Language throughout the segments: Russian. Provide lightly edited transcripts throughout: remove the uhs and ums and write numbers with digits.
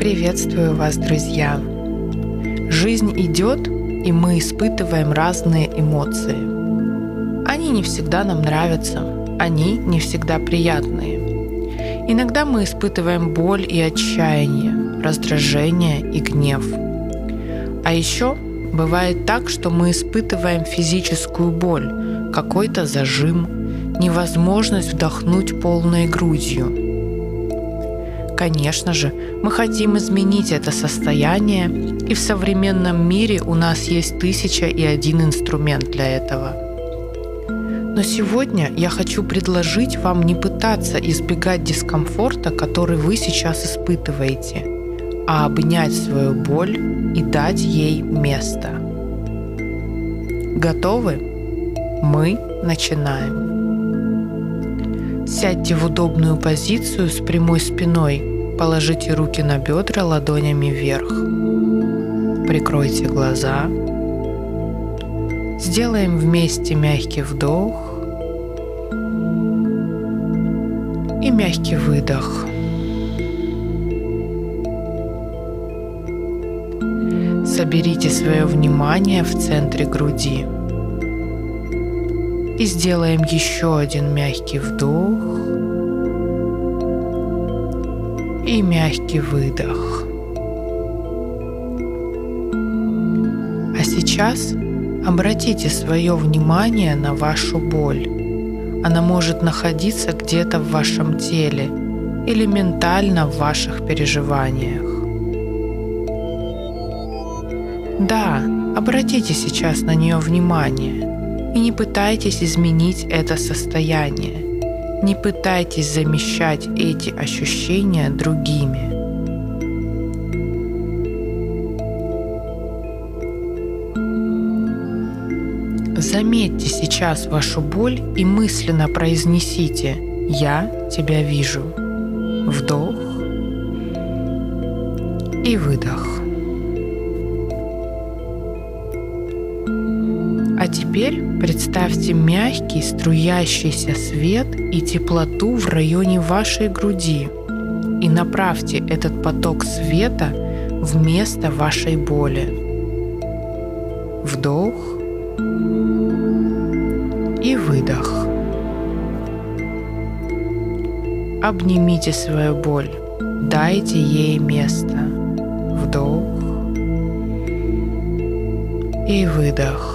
Приветствую вас, друзья! Жизнь идет, и мы испытываем разные эмоции. Они не всегда нам нравятся, они не всегда приятные. Иногда мы испытываем боль и отчаяние, раздражение и гнев. А еще бывает так, что мы испытываем физическую боль, какой-то зажим, невозможность вдохнуть полной грудью. Конечно же, мы хотим изменить это состояние, и в современном мире у нас есть 1001 инструмент для этого. Но сегодня я хочу предложить вам не пытаться избегать дискомфорта, который вы сейчас испытываете, а обнять свою боль и дать ей место. Готовы? Мы начинаем. Сядьте в удобную позицию с прямой спиной, положите руки на бедра ладонями вверх. Прикройте глаза. Сделаем вместе мягкий вдох и мягкий выдох. Соберите свое внимание в центре груди. И сделаем еще один мягкий вдох и мягкий выдох. А сейчас обратите свое внимание на вашу боль. Она может находиться где-то в вашем теле или ментально в ваших переживаниях. Да, обратите сейчас на нее внимание. И не пытайтесь изменить это состояние. Не пытайтесь замещать эти ощущения другими. Заметьте сейчас вашу боль и мысленно произнесите «Я тебя вижу». Вдох и выдох. А теперь представьте мягкий струящийся свет и теплоту в районе вашей груди и направьте этот поток света в место вашей боли. Вдох и выдох. Обнимите свою боль, дайте ей место. Вдох и выдох.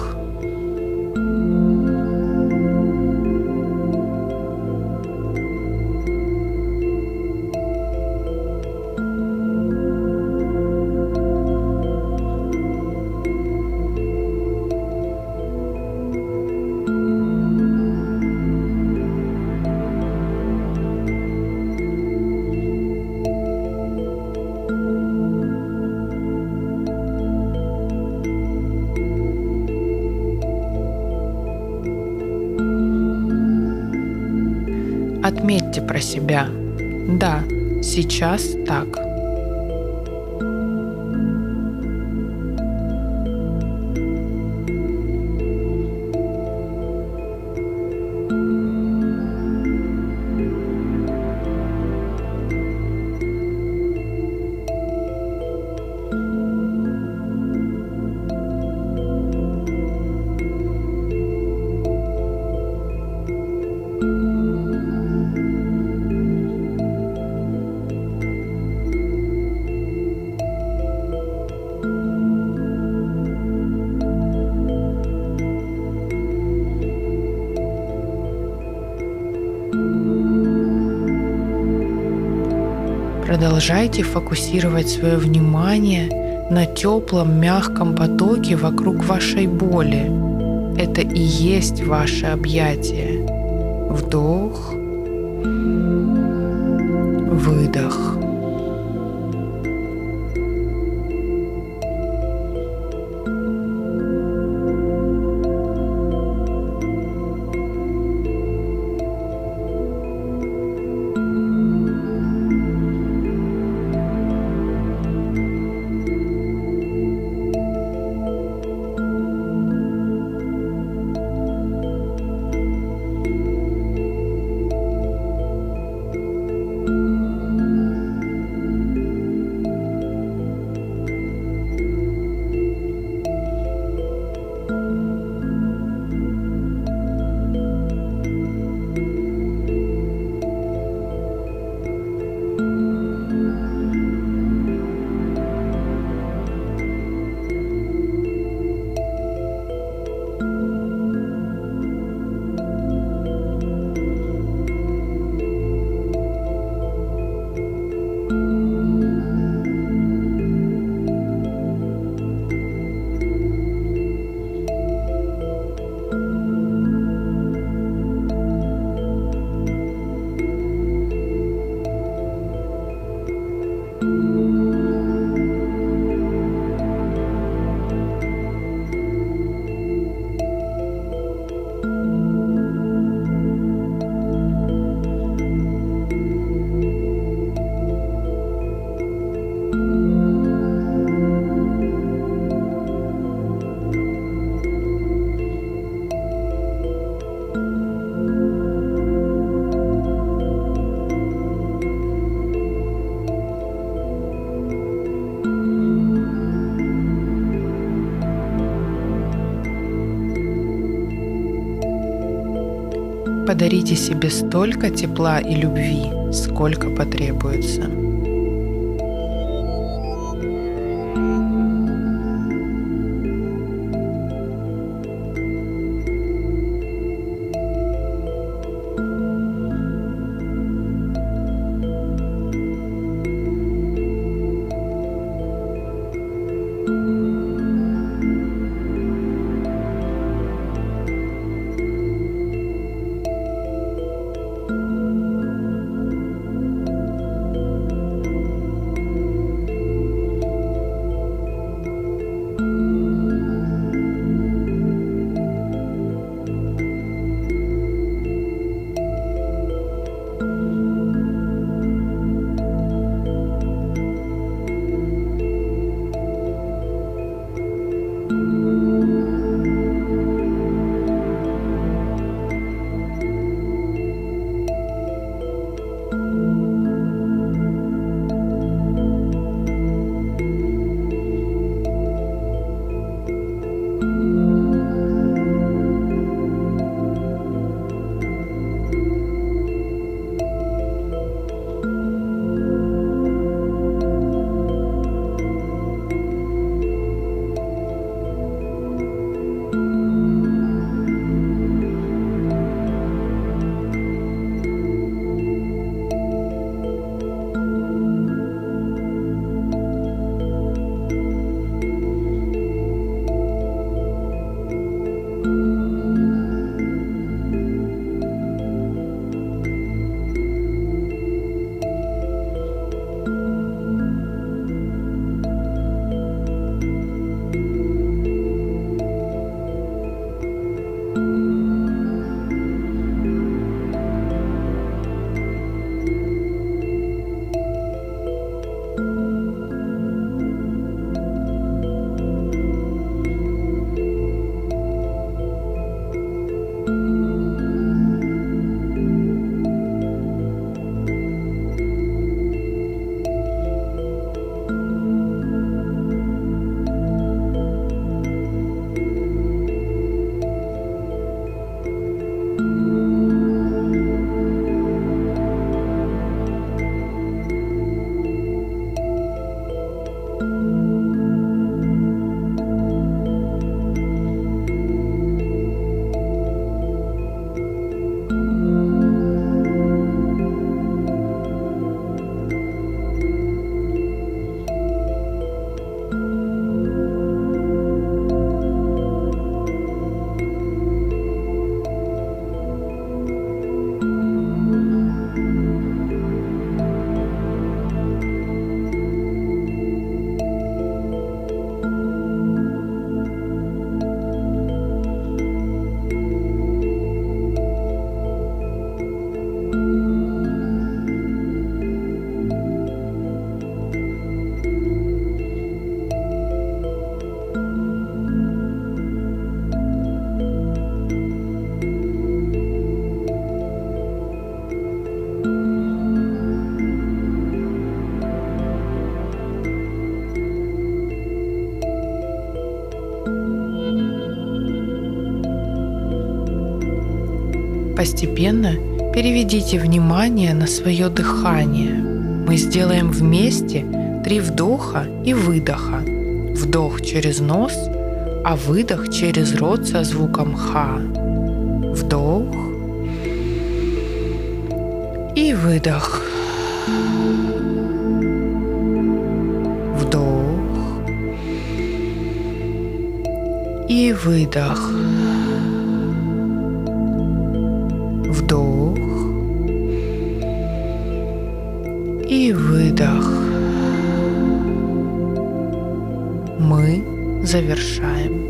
Отметьте про себя. Да, сейчас так. Продолжайте фокусировать свое внимание на теплом, мягком потоке вокруг вашей боли. Это и есть ваше объятие. Вдох, выдох. Подарите себе столько тепла и любви, сколько потребуется. Постепенно переведите внимание на свое дыхание. Мы сделаем вместе 3 вдоха и выдоха. Вдох через нос, а выдох через рот со звуком «ха». Вдох и выдох. Вдох и выдох. Вдох и выдох. Мы завершаем.